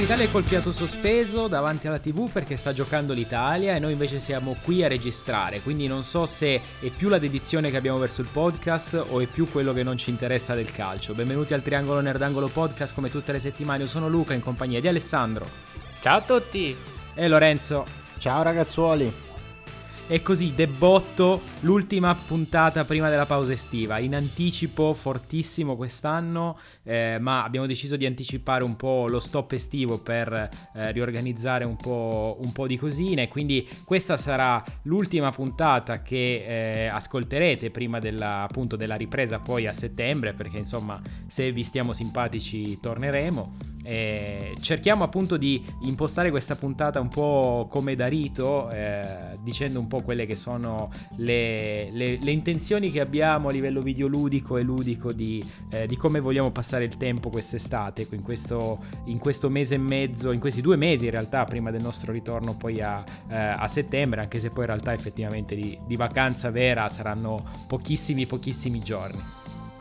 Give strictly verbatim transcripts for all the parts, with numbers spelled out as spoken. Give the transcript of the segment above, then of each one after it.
L'Italia è col fiato sospeso davanti alla tivù perché sta giocando l'Italia e noi invece siamo qui a registrare, quindi non so se è più la dedizione che abbiamo verso il podcast o è più quello che non ci interessa del calcio. Benvenuti al Triangolo Nerdangolo Podcast, come tutte le settimane. Io sono Luca in compagnia di Alessandro. Ciao a tutti. E Lorenzo. Ciao ragazzuoli. E così debotto l'ultima puntata prima della pausa estiva, in anticipo fortissimo quest'anno, eh, ma abbiamo deciso di anticipare un po' lo stop estivo per eh, riorganizzare un po', un po' di cosine, quindi questa sarà l'ultima puntata che eh, ascolterete prima della, appunto, della ripresa poi a settembre, perché insomma se vi stiamo simpatici torneremo. Eh, cerchiamo appunto di impostare questa puntata un po' come da rito, eh, dicendo un po' quelle che sono le, le, le intenzioni che abbiamo a livello videoludico e ludico di, eh, di come vogliamo passare il tempo quest'estate, in questo, in questo mese e mezzo, in questi due mesi in realtà prima del nostro ritorno poi a, eh, a settembre, anche se poi in realtà effettivamente di, di vacanza vera saranno pochissimi pochissimi giorni.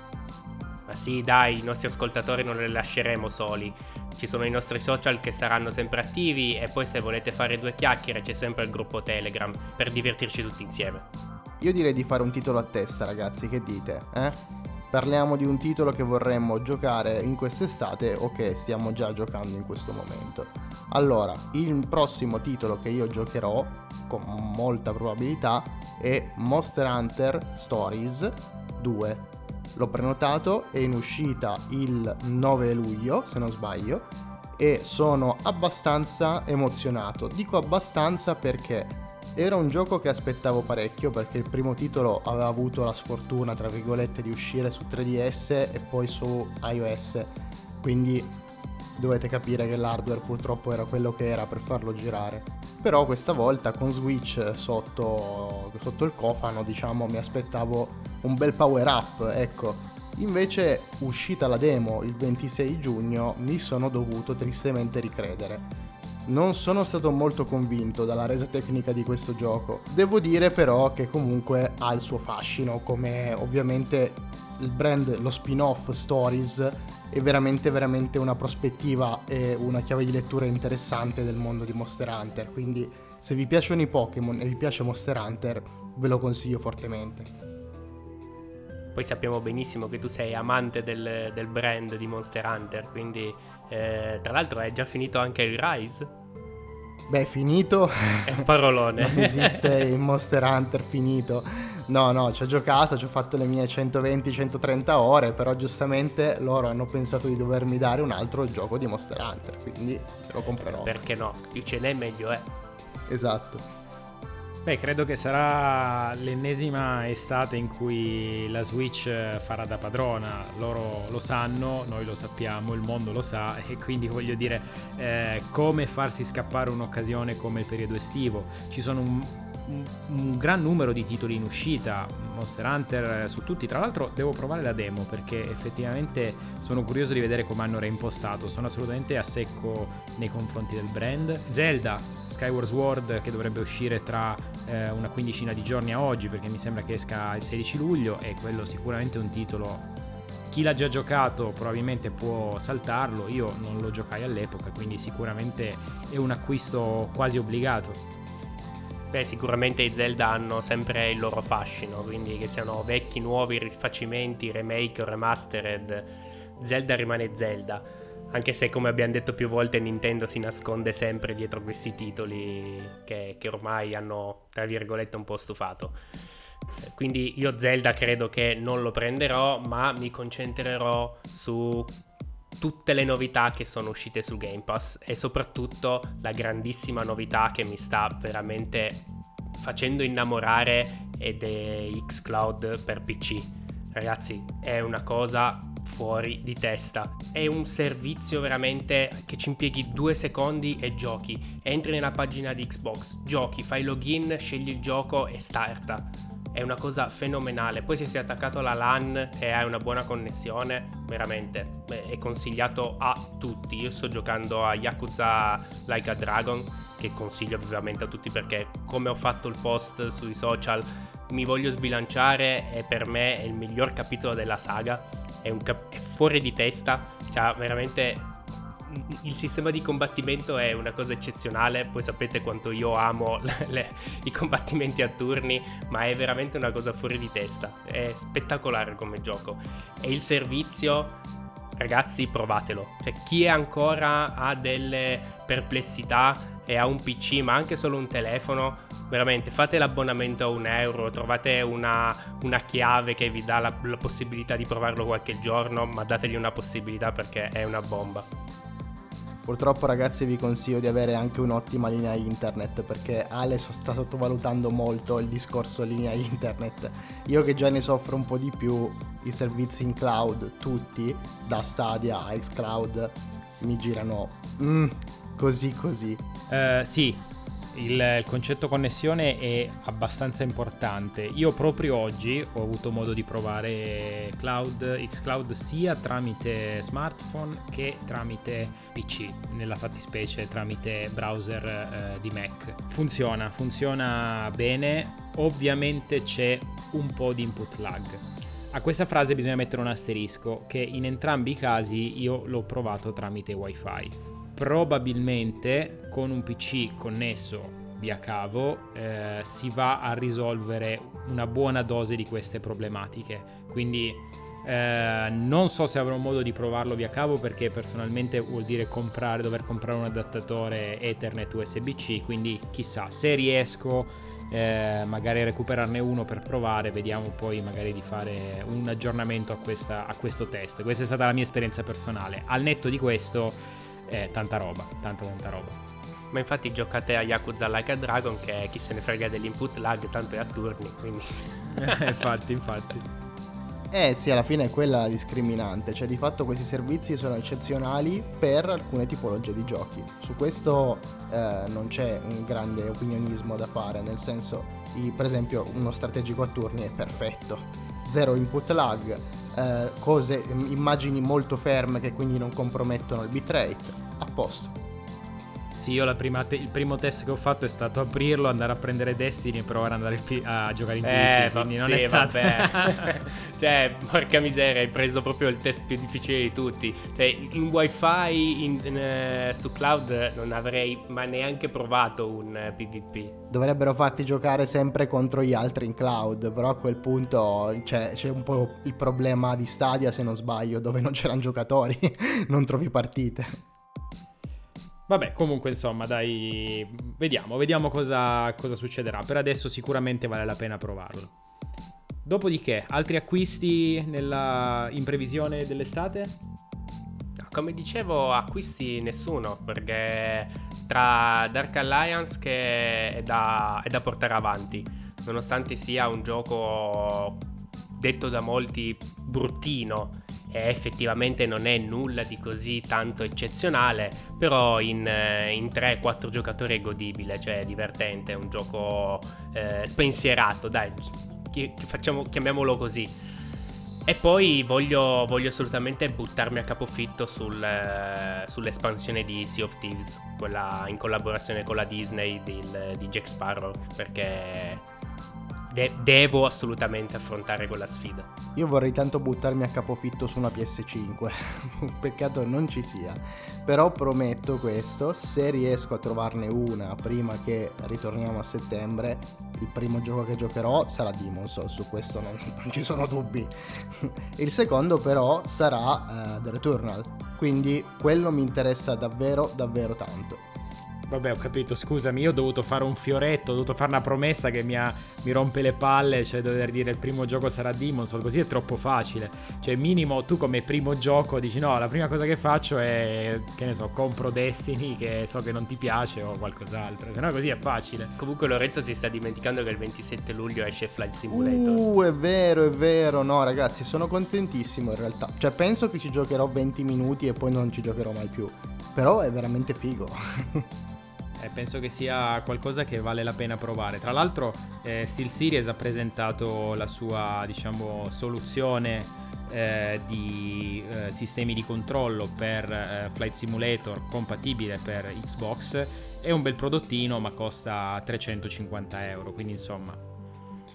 Ma sì, dai, i nostri ascoltatori non li lasceremo soli. Ci sono i nostri social che saranno sempre attivi e poi se volete fare due chiacchiere c'è sempre il gruppo Telegram per divertirci tutti insieme. Io direi di fare un titolo a testa, ragazzi, che dite? Eh? Parliamo di un titolo che vorremmo giocare in quest'estate o che stiamo già giocando in questo momento. Allora, il prossimo titolo che io giocherò, con molta probabilità, è Monster Hunter Stories due. L'ho prenotato, è in uscita il nove luglio, se non sbaglio, e sono abbastanza emozionato. Dico abbastanza perché era un gioco che aspettavo parecchio, perché il primo titolo aveva avuto la sfortuna, tra virgolette, di uscire su tre D S e poi su iOS, quindi dovete capire che l'hardware purtroppo era quello che era per farlo girare. Però questa volta con Switch sotto, sotto il cofano, diciamo, mi aspettavo un bel power up, ecco. Invece, uscita la demo il ventisei giugno, mi sono dovuto tristemente ricredere. Non sono stato molto convinto dalla resa tecnica di questo gioco. Devo dire però che comunque ha il suo fascino, come ovviamente il brand, lo spin-off Stories è veramente veramente una prospettiva e una chiave di lettura interessante del mondo di Monster Hunter, quindi se vi piacciono i Pokémon e vi piace Monster Hunter ve lo consiglio fortemente. Poi sappiamo benissimo che tu sei amante del, del brand di Monster Hunter, quindi eh, tra l'altro hai già finito anche il Rise? Beh, finito è un parolone. Non esiste il Monster Hunter finito. No, no, ci ho giocato, ci ho fatto le mie centoventi centotrenta ore, però giustamente loro hanno pensato di dovermi dare un altro gioco di Monster Hunter, quindi lo comprerò. Perché no? Più ce n'è meglio è. Esatto. Beh, credo che sarà l'ennesima estate in cui la Switch farà da padrona. Loro lo sanno, noi lo sappiamo, il mondo lo sa, e quindi voglio dire, eh, come farsi scappare un'occasione come il periodo estivo. Ci sono un, un, un gran numero di titoli in uscita, Monster Hunter su tutti. Tra l'altro devo provare la demo perché effettivamente sono curioso di vedere come hanno reimpostato. Sono assolutamente a secco nei confronti del brand. Zelda Skyward Sword, che dovrebbe uscire tra eh, una quindicina di giorni a oggi, perché mi sembra che esca il sedici luglio, e quello sicuramente è un titolo, chi l'ha già giocato probabilmente può saltarlo. Io non lo giocai all'epoca, quindi sicuramente è un acquisto quasi obbligato. Beh, sicuramente i Zelda hanno sempre il loro fascino, quindi che siano vecchi, nuovi, rifacimenti, remake o remastered, Zelda rimane Zelda. Anche se, come abbiamo detto più volte, Nintendo si nasconde sempre dietro questi titoli che, che ormai hanno, tra virgolette, un po' stufato. Quindi io Zelda credo che non lo prenderò, ma mi concentrerò su tutte le novità che sono uscite su Game Pass e soprattutto la grandissima novità che mi sta veramente facendo innamorare, ed è xCloud per P C. Ragazzi, è una cosa fuori di testa. È un servizio veramente che ci impieghi due secondi e giochi. Entri nella pagina di Xbox, giochi, fai login, scegli il gioco e starta. È una cosa fenomenale. Poi se sei attaccato alla LAN e hai una buona connessione, veramente è consigliato a tutti. Io sto giocando a Yakuza Like a Dragon, che consiglio vivamente a tutti, perché, come ho fatto il post sui social, mi voglio sbilanciare e per me è il miglior capitolo della saga. È, un cap- è fuori di testa, cioè veramente il sistema di combattimento è una cosa eccezionale. Poi sapete quanto io amo le, le, i combattimenti a turni, ma è veramente una cosa fuori di testa. È spettacolare come gioco. E il servizio, ragazzi, provatelo. Cioè, chi ancora ha delle perplessità e ha un P C, ma anche solo un telefono, veramente fate l'abbonamento a un euro, trovate una, una chiave che vi dà la, la possibilità di provarlo qualche giorno, ma dategli una possibilità perché è una bomba. Purtroppo, ragazzi, vi consiglio di avere anche un'ottima linea internet, perché Ale sta sottovalutando molto il discorso linea internet. Io che già ne soffro un po' di più, i servizi in cloud tutti, da Stadia a xCloud, mi girano mm, così così. Uh, sì, il, il concetto connessione è abbastanza importante. Io proprio oggi ho avuto modo di provare Cloud, xCloud sia tramite smartphone che tramite P C, nella fattispecie tramite browser eh, di Mac. Funziona, funziona bene. Ovviamente c'è un po' di input lag. A questa frase bisogna mettere un asterisco, che in entrambi i casi io l'ho provato tramite wifi. Probabilmente con un P C connesso via cavo eh, si va a risolvere una buona dose di queste problematiche, quindi eh, non so se avrò modo di provarlo via cavo, perché personalmente vuol dire comprare, dover comprare un adattatore Ethernet U S B C, quindi chissà, se riesco eh, magari a recuperarne uno per provare, vediamo poi magari di fare un aggiornamento a, questa, a questo test. Questa è stata la mia esperienza personale. Al netto di questo, Eh, tanta roba, tanta tanta roba. Ma infatti giocate a Yakuza Like a Dragon, che chi se ne frega dell'input lag, tanto è a turni, quindi infatti infatti Eh sì, alla fine è quella la discriminante, cioè di fatto questi servizi sono eccezionali per alcune tipologie di giochi. Su questo eh, non c'è un grande opinionismo da fare, nel senso, i, per esempio uno strategico a turni è perfetto, zero input lag, eh, cose, immagini molto ferme che quindi non compromettono il bitrate, a posto. Sì, io la prima te- il primo test che ho fatto è stato aprirlo, andare a prendere Destiny e provare ad andare P- a giocare in PvP, eh, quindi va- non sì, è stato... vabbè. Cioè, porca miseria, hai preso proprio il test più difficile di tutti. Cioè, in wifi in, in, uh, su cloud non avrei mai neanche provato un uh, PvP. Dovrebbero farti giocare sempre contro gli altri in cloud, però a quel punto cioè, c'è un po' il problema di Stadia, se non sbaglio, dove non c'erano giocatori, non trovi partite. Vabbè, comunque insomma, dai, vediamo, vediamo cosa, cosa succederà. Per adesso sicuramente vale la pena provarlo. Dopodiché, altri acquisti nella, in previsione dell'estate? Come dicevo, acquisti nessuno, perché tra Dark Alliance, che è da, è da portare avanti, nonostante sia un gioco detto da molti bruttino, e effettivamente non è nulla di così tanto eccezionale, però in, in tre quattro giocatori è godibile, cioè è divertente, è un gioco eh, spensierato, dai, chi, facciamo, chiamiamolo così. E poi voglio, voglio assolutamente buttarmi a capofitto sul, eh, sull'espansione di Sea of Thieves, quella in collaborazione con la Disney di, di Jack Sparrow, perché de- devo assolutamente affrontare quella sfida. Io vorrei tanto buttarmi a capofitto su una P S cinque, peccato non ci sia, però prometto questo, se riesco a trovarne una prima che ritorniamo a settembre, il primo gioco che giocherò sarà Demon's Souls, su questo non, non ci sono dubbi. Il secondo però sarà uh, The Returnal, quindi quello mi interessa davvero davvero tanto. Vabbè, ho capito, scusami, io ho dovuto fare un fioretto, ho dovuto fare una promessa che mi, ha, mi rompe le palle, cioè dover dire il primo gioco sarà Demon's Souls, così è troppo facile. Cioè minimo tu come primo gioco dici no, la prima cosa che faccio è, che ne so, compro Destiny, che so che non ti piace, o qualcos'altro, se no così è facile. Comunque Lorenzo si sta dimenticando che il ventisette luglio esce Flight Simulator. Uh, è vero, è vero, no ragazzi, sono contentissimo in realtà, cioè penso che ci giocherò venti minuti e poi non ci giocherò mai più, però è veramente figo. Eh, penso che sia qualcosa che vale la pena provare. Tra l'altro eh, SteelSeries ha presentato la sua, diciamo, soluzione eh, di eh, sistemi di controllo per eh, Flight Simulator compatibile per Xbox. È un bel prodottino, ma costa trecentocinquanta euro, quindi insomma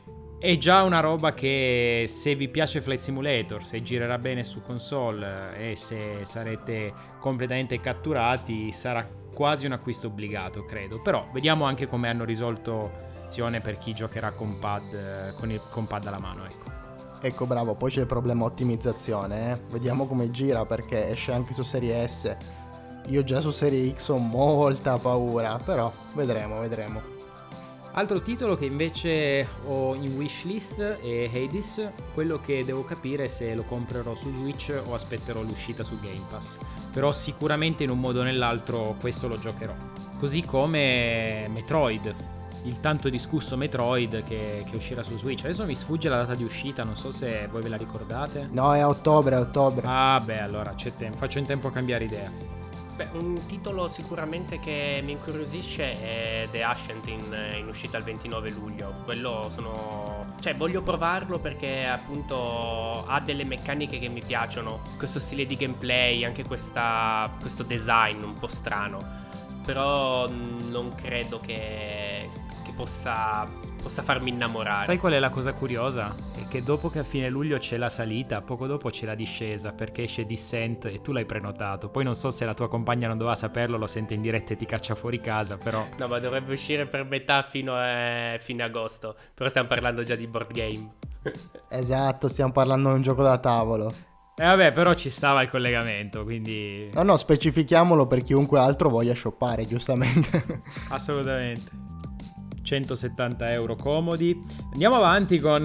è già una roba che, se vi piace Flight Simulator, se girerà bene su console e se sarete completamente catturati, sarà quasi un acquisto obbligato, credo. Però vediamo anche come hanno risolto per chi giocherà con pad, con il con pad alla mano, ecco. Ecco, bravo, poi c'è il problema ottimizzazione, eh. Vediamo come gira, perché esce anche su Serie S. Io già su Serie X ho molta paura, però vedremo, vedremo. Altro titolo che invece ho in wishlist è Hades. Quello che devo capire è se lo comprerò su Switch o aspetterò l'uscita su Game Pass. Però sicuramente in un modo o nell'altro questo lo giocherò. Così come Metroid, il tanto discusso Metroid che, che uscirà su Switch. Adesso mi sfugge la data di uscita, non so se voi ve la ricordate. No, è a ottobre, è a ottobre. Ah beh, allora c'è tempo, faccio in tempo a cambiare idea. Beh, un titolo sicuramente che mi incuriosisce è The Ascent, in, in uscita il ventinove luglio. Quello sono... cioè voglio provarlo perché appunto ha delle meccaniche che mi piacciono. Questo stile di gameplay, anche questa, questo design un po' strano. Però non credo che, che possa, possa farmi innamorare. Sai qual è la cosa curiosa? È che dopo che a fine luglio c'è la salita, poco dopo c'è la discesa, perché esce Descent e tu l'hai prenotato. Poi non so se la tua compagna non doveva saperlo, lo sente in diretta e ti caccia fuori casa, però... No, ma dovrebbe uscire per metà fino a fine agosto. Però stiamo parlando già di board game. Esatto, stiamo parlando di un gioco da tavolo. E eh vabbè, però ci stava il collegamento, quindi... No, no, specifichiamolo per chiunque altro voglia shoppare, giustamente. Assolutamente. centosettanta euro comodi. Andiamo avanti con...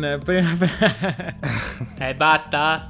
Eh, basta?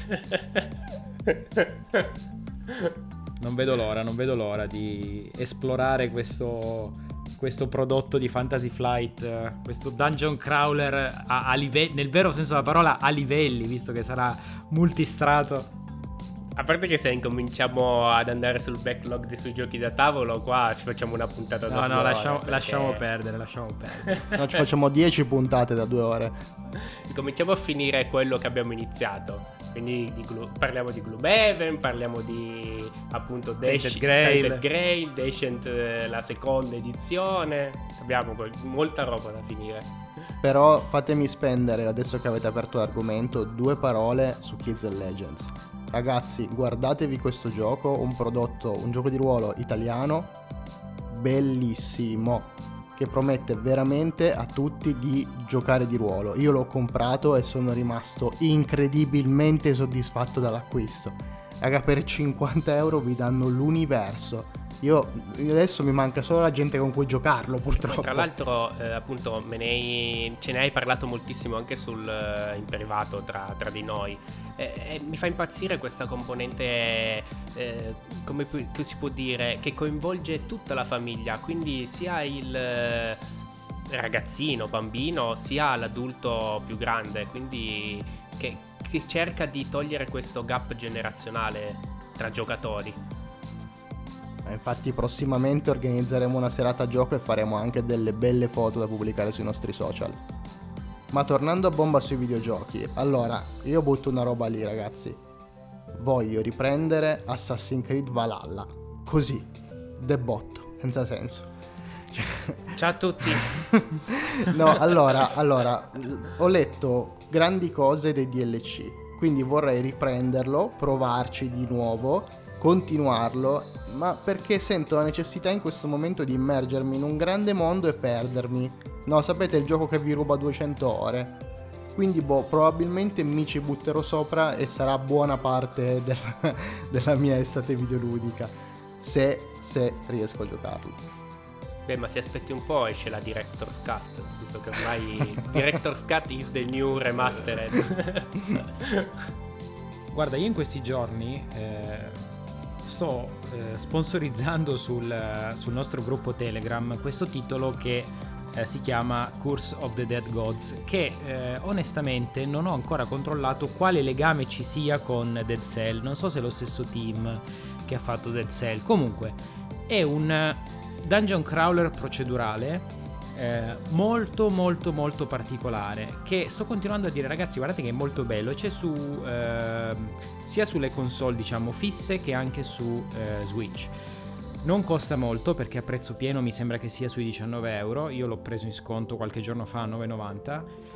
Non vedo l'ora, non vedo l'ora di esplorare questo... questo prodotto di Fantasy Flight, questo dungeon crawler a, a livelli, nel vero senso della parola, a livelli, visto che sarà multistrato. A parte che se incominciamo ad andare sul backlog dei suoi giochi da tavolo, qua ci facciamo una puntata da no, due no, ore. lasciamo, perché... lasciamo perdere, lasciamo perdere. No, ci facciamo dieci puntate da due ore. Cominciamo a finire quello che abbiamo iniziato. Quindi di Glu- parliamo di Gloomhaven, parliamo di appunto Tainted Grail, Grail, Descent, la seconda edizione. Abbiamo quel- molta roba da finire. Però fatemi spendere, adesso che avete aperto l'argomento, due parole su Kids and Legends. Ragazzi, guardatevi questo gioco, un prodotto, un gioco di ruolo italiano bellissimo, che promette veramente a tutti di giocare di ruolo. Io l'ho comprato e sono rimasto incredibilmente soddisfatto dall'acquisto. Raga, per cinquanta euro vi danno l'universo. Io adesso mi manca solo la gente con cui giocarlo, purtroppo. Tra l'altro, eh, appunto, me ne hai, ce ne hai parlato moltissimo anche sul, uh, in privato tra, tra di noi. Eh, eh, mi fa impazzire questa componente, eh, come pu- che si può dire, che coinvolge tutta la famiglia, quindi sia il eh, ragazzino, bambino, sia l'adulto più grande, quindi che, che cerca di togliere questo gap generazionale tra giocatori. Infatti prossimamente organizzeremo una serata gioco e faremo anche delle belle foto da pubblicare sui nostri social. Ma tornando a bomba sui videogiochi, allora io butto una roba lì, ragazzi. Voglio riprendere Assassin's Creed Valhalla, così, debotto, senza senso. Ciao a tutti. No, allora, allora, ho letto grandi cose dei D L C, quindi vorrei riprenderlo, provarci di nuovo, continuarlo, ma perché sento la necessità in questo momento di immergermi in un grande mondo e perdermi. No, sapete, il gioco che vi ruba duecento ore. Quindi boh, probabilmente mi ci butterò sopra e sarà buona parte della, della mia estate videoludica, se, se riesco a giocarlo. Beh, ma se aspetti un po' esce la Director's Cut, visto che ormai Director's Cut is the new remastered. Guarda, io in questi giorni eh, sto eh, sponsorizzando sul, sul nostro gruppo Telegram questo titolo che eh, si chiama Curse of the Dead Gods, che eh, onestamente non ho ancora controllato quale legame ci sia con Dead Cell. Non so se è lo stesso team che ha fatto Dead Cell. Comunque è un dungeon crawler procedurale eh, molto molto molto particolare, che sto continuando a dire, ragazzi, guardate che è molto bello, e c'è su eh, sia sulle console diciamo fisse che anche su eh, Switch. Non costa molto perché a prezzo pieno mi sembra che sia sui diciannove euro. Io l'ho preso in sconto qualche giorno fa a nove e novanta.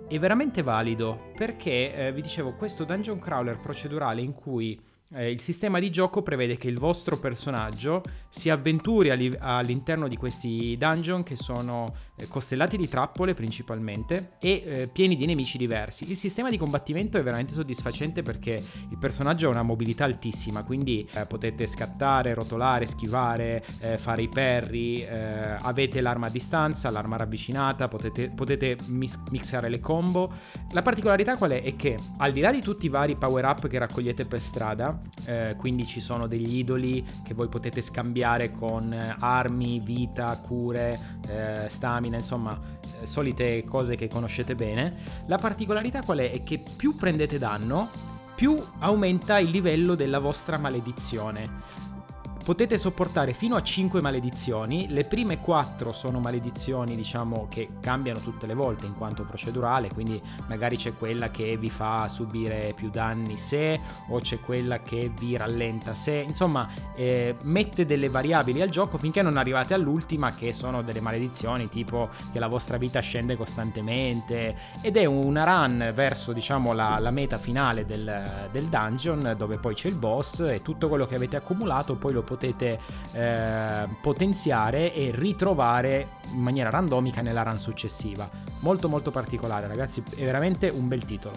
è veramente valido perché, eh, vi dicevo, questo dungeon crawler procedurale in cui Eh, il sistema di gioco prevede che il vostro personaggio si avventuri alli- all'interno di questi dungeon che sono eh, costellati di trappole principalmente e eh, pieni di nemici diversi. Il sistema di combattimento è veramente soddisfacente perché il personaggio ha una mobilità altissima, quindi eh, potete scattare, rotolare, schivare, eh, fare i parry, eh, avete l'arma a distanza, l'arma ravvicinata, potete, potete mis- mixare le combo. La particolarità qual è? È che al di là di tutti i vari power up che raccogliete per strada, Eh, quindi ci sono degli idoli che voi potete scambiare con eh, armi, vita, cure, eh, stamina, insomma eh, solite cose che conoscete bene. La particolarità qual è? È che più prendete danno, più aumenta il livello della vostra maledizione. Potete sopportare fino a cinque maledizioni. Le prime quattro sono maledizioni, diciamo, che cambiano tutte le volte in quanto procedurale, quindi magari c'è quella che vi fa subire più danni se, o c'è quella che vi rallenta se, insomma eh, mette delle variabili al gioco finché non arrivate all'ultima, che sono delle maledizioni tipo che la vostra vita scende costantemente, ed è una run verso, diciamo, la, la meta finale del, del dungeon, dove poi c'è il boss e tutto quello che avete accumulato poi lo potete eh, potenziare e ritrovare in maniera randomica nella run successiva. Molto molto particolare, ragazzi, è veramente un bel titolo.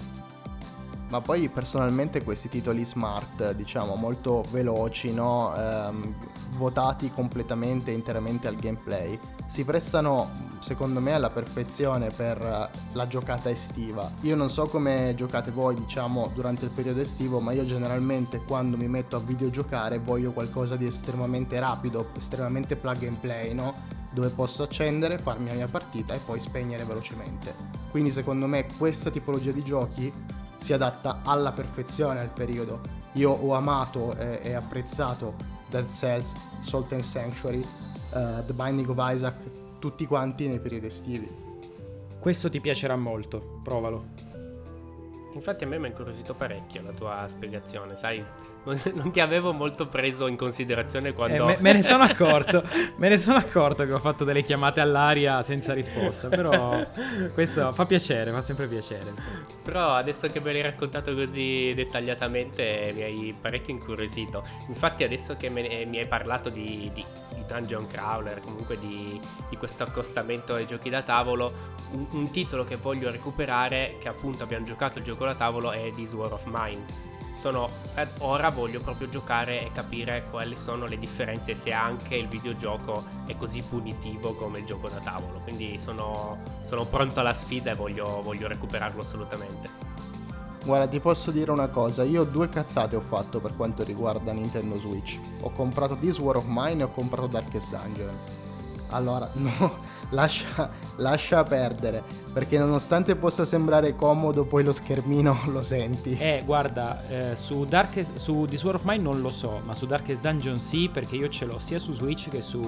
Ma poi personalmente questi titoli smart, diciamo molto veloci, no? Ehm, votati completamente e interamente al gameplay, si prestano secondo me alla perfezione per la giocata estiva. Io non so come giocate voi, diciamo, durante il periodo estivo, ma io generalmente quando mi metto a videogiocare voglio qualcosa di estremamente rapido, estremamente plug and play, no? Dove posso accendere, farmi la mia partita e poi spegnere velocemente. Quindi secondo me questa tipologia di giochi si adatta alla perfezione al periodo. Io ho amato e, e apprezzato Dead Cells, Salt and Sanctuary, uh, The Binding of Isaac, tutti quanti nei periodi estivi. Questo ti piacerà molto, provalo. Infatti a me mi ha incuriosito parecchio la tua spiegazione, sai? Non, non ti avevo molto preso in considerazione quando... Eh, me, me ne sono accorto, me ne sono accorto che ho fatto delle chiamate all'aria senza risposta, però questo fa piacere, fa sempre piacere. Insomma. Però adesso che me l'hai raccontato così dettagliatamente mi hai parecchio incuriosito. Infatti adesso che me, mi hai parlato di, di, di Dungeon Crawler, comunque di, di questo accostamento ai giochi da tavolo, un, un titolo che voglio recuperare, che appunto abbiamo giocato il gioco da tavolo, è This War of Mine. Sono, eh, ora voglio proprio giocare e capire quali sono le differenze, se anche il videogioco è così punitivo come il gioco da tavolo. Quindi sono, sono pronto alla sfida e voglio, voglio recuperarlo assolutamente. Guarda, ti posso dire una cosa, io due cazzate ho fatto per quanto riguarda Nintendo Switch. Ho comprato This War of Mine e ho comprato Darkest Dungeon. Allora, no, lascia, lascia perdere, perché nonostante possa sembrare comodo, poi lo schermino lo senti. Eh, guarda, eh, su, Darkest, su This War of Mine non lo so, ma su Darkest Dungeon sì, perché io ce l'ho sia su Switch che su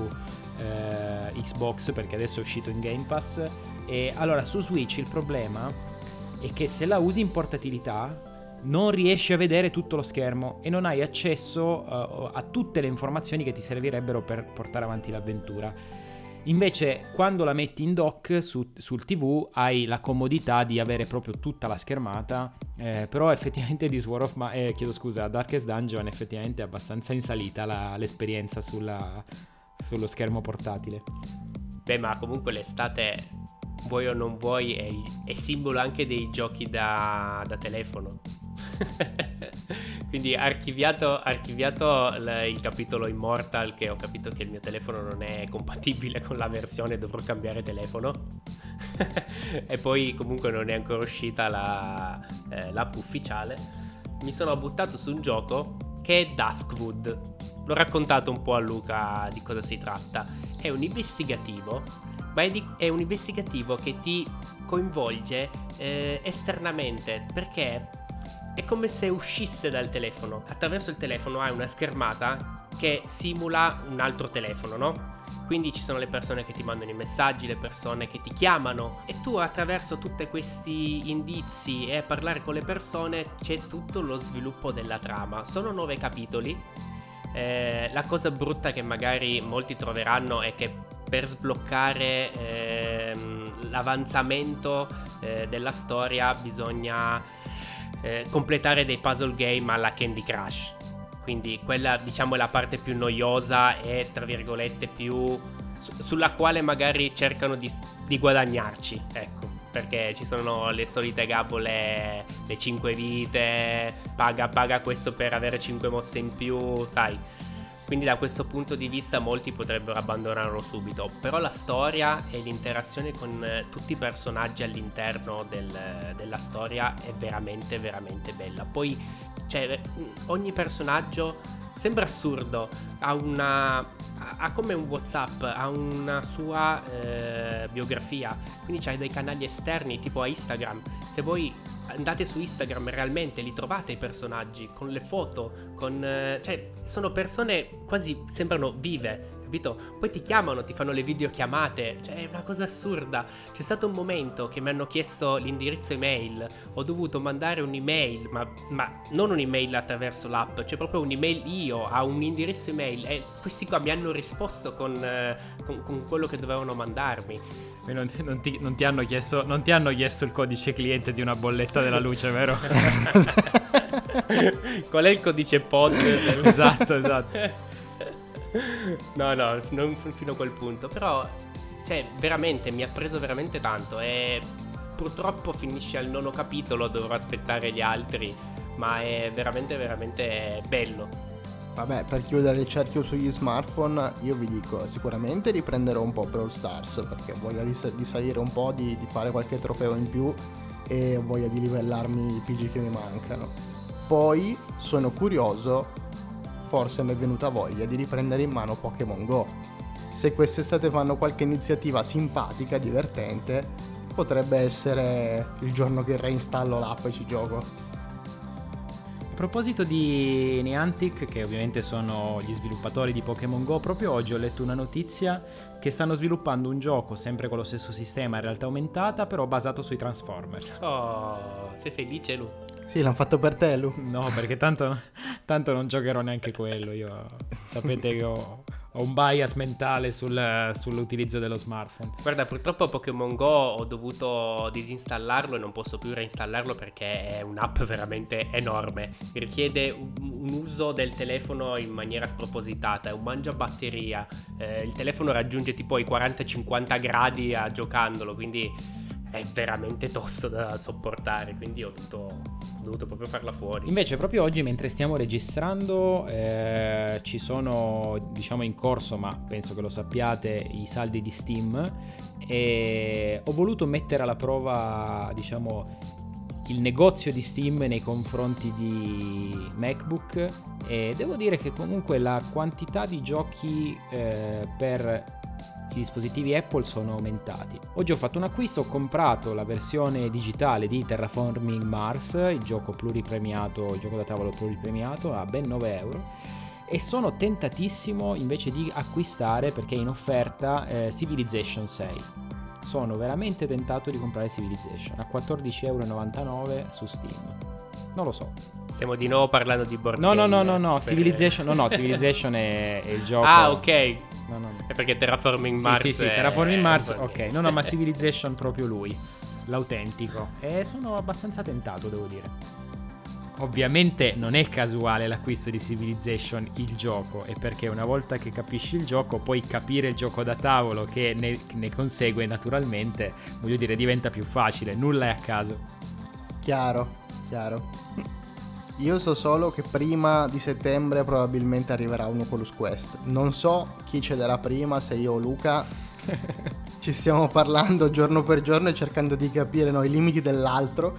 eh, Xbox, perché adesso è uscito in Game Pass. E allora, su Switch il problema è che se la usi in portatilità non riesci a vedere tutto lo schermo e non hai accesso uh, a tutte le informazioni che ti servirebbero per portare avanti l'avventura. Invece quando la metti in dock su, sul tivù hai la comodità di avere proprio tutta la schermata, eh, però effettivamente This War of Ma- eh, chiedo scusa, Darkest Dungeon effettivamente è abbastanza in salita la, l'esperienza sulla, sullo schermo portatile. Beh, ma comunque l'estate, vuoi o non vuoi, è, è simbolo anche dei giochi da, da telefono. Quindi archiviato, archiviato il, il capitolo Immortal, che ho capito che il mio telefono non è compatibile con la versione, dovrò cambiare telefono. E poi comunque non è ancora uscita la, eh, l'app ufficiale. Mi sono buttato su un gioco che è Duskwood. L'ho raccontato un po' a Luca di cosa si tratta. È un investigativo, ma è, di, è un investigativo che ti coinvolge eh, esternamente, perché è come se uscisse dal telefono. Attraverso il telefono hai una schermata che simula un altro telefono, no? Quindi ci sono le persone che ti mandano i messaggi, le persone che ti chiamano, e tu attraverso tutti questi indizi e parlare con le persone c'è tutto lo sviluppo della trama. Sono nove capitoli. Eh, la cosa brutta che magari molti troveranno è che per sbloccare ehm, l'avanzamento eh, della storia bisogna eh, completare dei puzzle game alla Candy Crush. Quindi quella, diciamo, è la parte più noiosa e, tra virgolette, più su- sulla quale magari cercano di, di guadagnarci, ecco. Perché ci sono le solite gabole, le cinque vite, paga, paga questo per avere cinque mosse in più, sai. Quindi da questo punto di vista molti potrebbero abbandonarlo subito. Però la storia e l'interazione con eh, tutti i personaggi all'interno del, della storia è veramente, veramente bella. Poi, cioè, ogni personaggio sembra assurdo, ha una... ha come un WhatsApp, ha una sua eh, biografia, quindi c'hai dei canali esterni tipo a Instagram. Se voi andate su Instagram realmente li trovate i personaggi con le foto, con eh, cioè sono persone quasi sembrano vive, capito? Poi ti chiamano, ti fanno le videochiamate, cioè è una cosa assurda. C'è stato un momento che mi hanno chiesto l'indirizzo email, ho dovuto mandare un'email, ma, ma non un'email attraverso l'app, cioè proprio un'email io a un indirizzo email, e questi qua mi hanno risposto con, eh, con, con quello che dovevano mandarmi. Non ti, non, ti, non ti hanno chiesto non ti hanno chiesto il codice cliente di una bolletta della luce, vero? Qual è il codice P O D? Esatto, esatto. No, no, non fino a quel punto. Però, cioè, veramente mi ha preso veramente tanto. E purtroppo finisce al nono capitolo, dovrò aspettare gli altri. Ma è veramente, veramente bello. Vabbè, per chiudere il cerchio sugli smartphone, io vi dico, sicuramente riprenderò un po' Brawl Stars, perché ho voglia di, sa- di salire un po', di, di fare qualche trofeo in più, e ho voglia di livellarmi i P G che mi mancano. Poi sono curioso, forse mi è venuta voglia di riprendere in mano Pokémon Go. Se quest'estate fanno qualche iniziativa simpatica, divertente, potrebbe essere il giorno che reinstallo l'app e ci gioco. A proposito di Niantic, che ovviamente sono gli sviluppatori di Pokémon Go, proprio oggi ho letto una notizia che stanno sviluppando un gioco sempre con lo stesso sistema in realtà aumentata, però basato sui Transformers. Oh, sei felice, Lu? Sì, l'hanno fatto per te, Lu? No, perché tanto, tanto non giocherò neanche quello. Io sapete che ho, ho un bias mentale sul, sull'utilizzo dello smartphone. Guarda, purtroppo Pokémon Go ho dovuto disinstallarlo e non posso più reinstallarlo perché è un'app veramente enorme. Richiede un, un uso del telefono in maniera spropositata, è un mangiabatteria. Eh, il telefono raggiunge tipo i quaranta cinquanta gradi a giocandolo, quindi è veramente tosto da sopportare, quindi ho dovuto, ho dovuto proprio farla fuori. Invece proprio oggi, mentre stiamo registrando, eh, ci sono, diciamo, in corso, ma penso che lo sappiate, i saldi di Steam, e ho voluto mettere alla prova, diciamo, il negozio di Steam nei confronti di MacBook, e devo dire che comunque la quantità di giochi eh, per i dispositivi Apple sono aumentati. Oggi ho fatto un acquisto, ho comprato la versione digitale di Terraforming Mars, il gioco pluripremiato, il gioco da tavolo pluripremiato, a ben nove euro, e sono tentatissimo invece di acquistare, perché è in offerta, eh, Civilization sei. Sono veramente tentato di comprare Civilization a quattordici e novantanove euro su Steam. Non lo so. Stiamo di nuovo parlando di board No, no, game, no, no, no, per... Civilization, no, no, Civilization è, è il gioco. Ah, ok. No, no, no. È perché Terraforming Sì, Mars sì, sì, è... Terraforming è Mars, un ok. No, no, ma Civilization proprio lui, l'autentico. E sono abbastanza tentato, devo dire. Ovviamente non è casuale l'acquisto di Civilization, il gioco, è perché una volta che capisci il gioco, puoi capire il gioco da tavolo che ne, ne consegue naturalmente, voglio dire, diventa più facile, nulla è a caso. Chiaro, chiaro. Io so solo che prima di settembre probabilmente arriverà un Oculus Quest. Non so chi cederà prima, se io o Luca. Ci stiamo parlando giorno per giorno e cercando di capire noi i limiti dell'altro.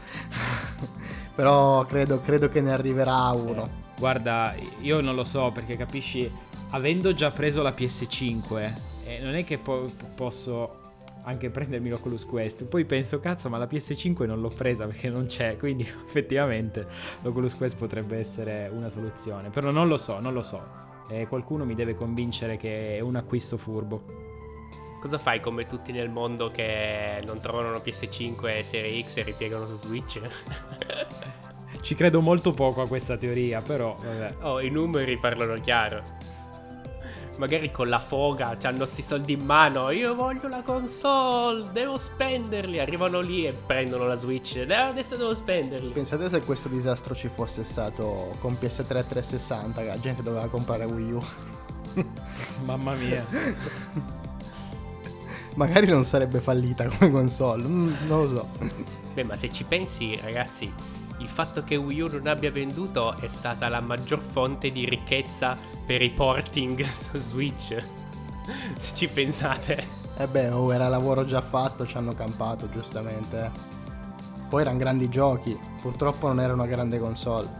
Però credo, credo che ne arriverà uno. Eh, guarda, io non lo so, perché capisci, avendo già preso la P S cinque, eh, non è che po- posso anche prendermi l'Oculus Quest. Poi penso, cazzo, ma la P S cinque non l'ho presa perché non c'è, quindi effettivamente l'Oculus Quest potrebbe essere una soluzione. Però non lo so, non lo so. Eh, qualcuno mi deve convincere che è un acquisto furbo. Cosa fai come tutti nel mondo che non trovano una P S cinque e Serie X e ripiegano su Switch? Ci credo molto poco a questa teoria, però vabbè. Oh, i numeri parlano chiaro. magari con la foga, hanno sti soldi in mano, io voglio la console, devo spenderli, arrivano lì e prendono la Switch, eh, adesso devo spenderli. Pensate se questo disastro ci fosse stato con P S tre trecentosessanta, che la gente doveva comprare Wii U. Mamma mia. Magari non sarebbe fallita come console, mm, non lo so. Beh, ma se ci pensi, ragazzi, il fatto che Wii U non abbia venduto è stata la maggior fonte di ricchezza per i porting su Switch. Se ci pensate. Eh beh, oh, era lavoro già fatto, ci hanno campato, giustamente. eh. Poi erano grandi giochi, purtroppo non era una grande console.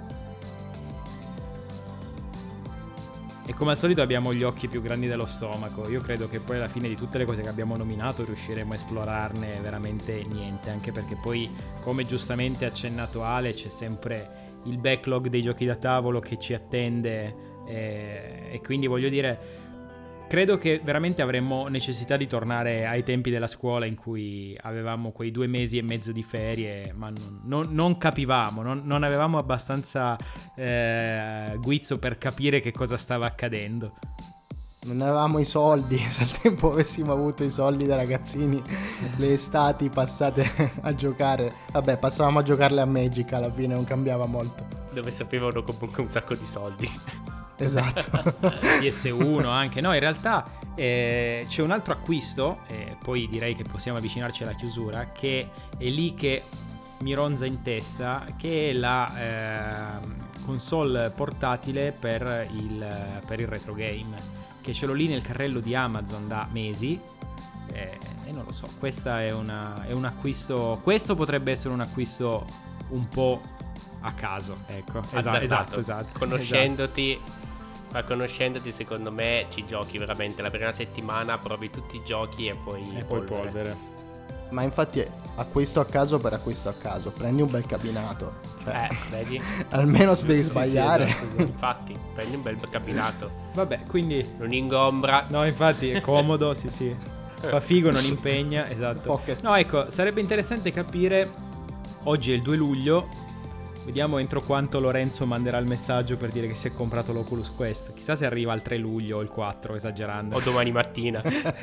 E come al solito abbiamo gli occhi più grandi dello stomaco. Io credo che poi alla fine di tutte le cose che abbiamo nominato riusciremo a esplorarne veramente niente, anche perché poi, come giustamente ha accennato Ale, c'è sempre il backlog dei giochi da tavolo che ci attende, e, e quindi voglio dire, credo che veramente avremmo necessità di tornare ai tempi della scuola in cui avevamo quei due mesi e mezzo di ferie, ma non, non, non capivamo, non, non avevamo abbastanza eh, guizzo per capire che cosa stava accadendo. Non avevamo i soldi, se al tempo avessimo avuto i soldi da ragazzini, le estati passate a giocare, vabbè, passavamo a giocarle a Magic, alla fine non cambiava molto. Dove sapevano comunque un sacco di soldi. Esatto. P S uno anche. No, in realtà eh, c'è un altro acquisto, e poi direi che possiamo avvicinarci alla chiusura, che è lì che mi ronza in testa, che è la eh, console portatile per il, per il retro game, che ce l'ho lì nel carrello di Amazon da mesi. E, e non lo so, questa è, una, è un acquisto, questo potrebbe essere un acquisto un po' a caso, ecco. Esatto, esatto, esatto. Conoscendoti, esatto. Ma conoscendoti, secondo me ci giochi veramente la prima settimana, provi tutti i giochi e poi e polvere. poi polvere. Ma infatti acquisto a caso per acquisto a caso, prendi un bel cabinato, cioè, Eh, vedi? Almeno se devi Sì, sbagliare. sì, esatto, esatto. Infatti, prendi un bel cabinato. Vabbè, quindi Non ingombra. no, infatti è comodo, sì sì. Fa figo, non impegna, esatto. Pocket. No, ecco, sarebbe interessante capire, oggi è il due luglio, vediamo entro quanto Lorenzo manderà il messaggio per dire che si è comprato l'Oculus Quest. Chissà se arriva al tre luglio o il quattro, esagerando. O domani mattina.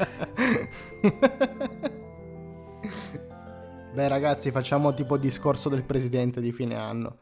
Beh ragazzi, facciamo tipo discorso del presidente di fine anno.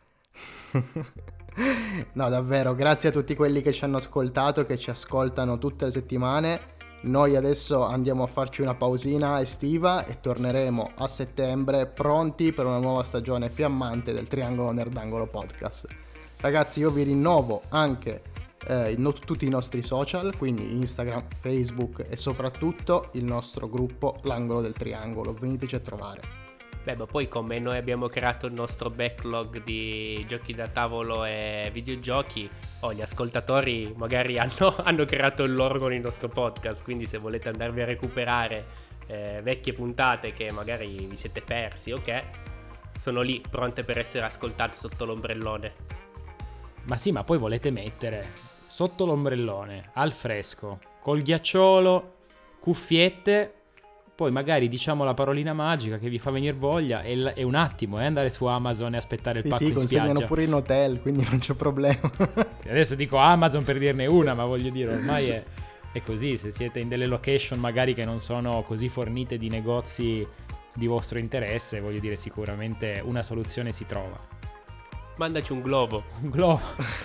No, davvero, grazie a tutti quelli che ci hanno ascoltato, che ci ascoltano tutte le settimane. Noi adesso andiamo a farci una pausina estiva e torneremo a settembre pronti per una nuova stagione fiammante del Triangolo Nerdangolo Podcast. Ragazzi, io vi rinnovo anche eh, no, tutti i nostri social, quindi Instagram, Facebook e soprattutto il nostro gruppo L'Angolo del Triangolo. Veniteci a trovare. Beh, ma poi come noi abbiamo creato il nostro backlog di giochi da tavolo e videogiochi, oh, gli ascoltatori magari hanno, hanno creato il loro con il nostro podcast, quindi se volete andarvi a recuperare eh, vecchie puntate che magari vi siete persi o okay, sono lì pronte per essere ascoltate sotto l'ombrellone. Ma sì, ma poi volete mettere sotto l'ombrellone, al fresco, col ghiacciolo, cuffiette, poi magari diciamo la parolina magica che vi fa venire voglia e, l- e un attimo eh, andare su Amazon e aspettare il Sì, pacco sì, in consegnano spiaggia. pure in hotel, quindi non c'è problema. Adesso dico Amazon per dirne una, ma voglio dire, ormai è, è così. Se siete in delle location magari che non sono così fornite di negozi di vostro interesse, voglio dire, sicuramente una soluzione si trova. Mandaci un globo. Un globo.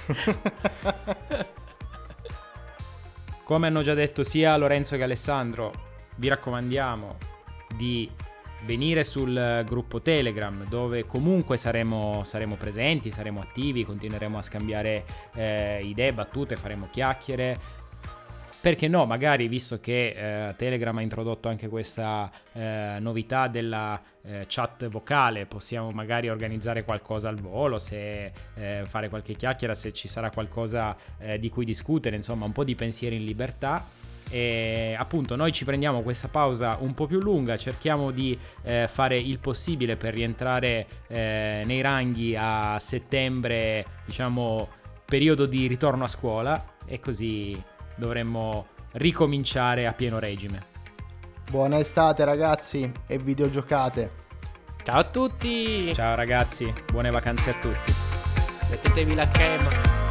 Come hanno già detto sia Lorenzo che Alessandro, vi raccomandiamo di venire sul gruppo Telegram, dove comunque saremo, saremo presenti, saremo attivi, continueremo a scambiare eh, idee, battute, faremo chiacchiere. Perché no, magari visto che eh, Telegram ha introdotto anche questa eh, novità della eh, chat vocale, possiamo magari organizzare qualcosa al volo, se eh, fare qualche chiacchiera, se ci sarà qualcosa eh, di cui discutere, insomma un po' di pensieri in libertà. E appunto noi ci prendiamo questa pausa un po' più lunga, cerchiamo di eh, fare il possibile per rientrare eh, nei ranghi a settembre, diciamo periodo di ritorno a scuola, e così dovremmo ricominciare a pieno regime. Buona estate ragazzi e videogiocate. Ciao a tutti. Ciao ragazzi, buone vacanze a tutti. Mettetevi la crema.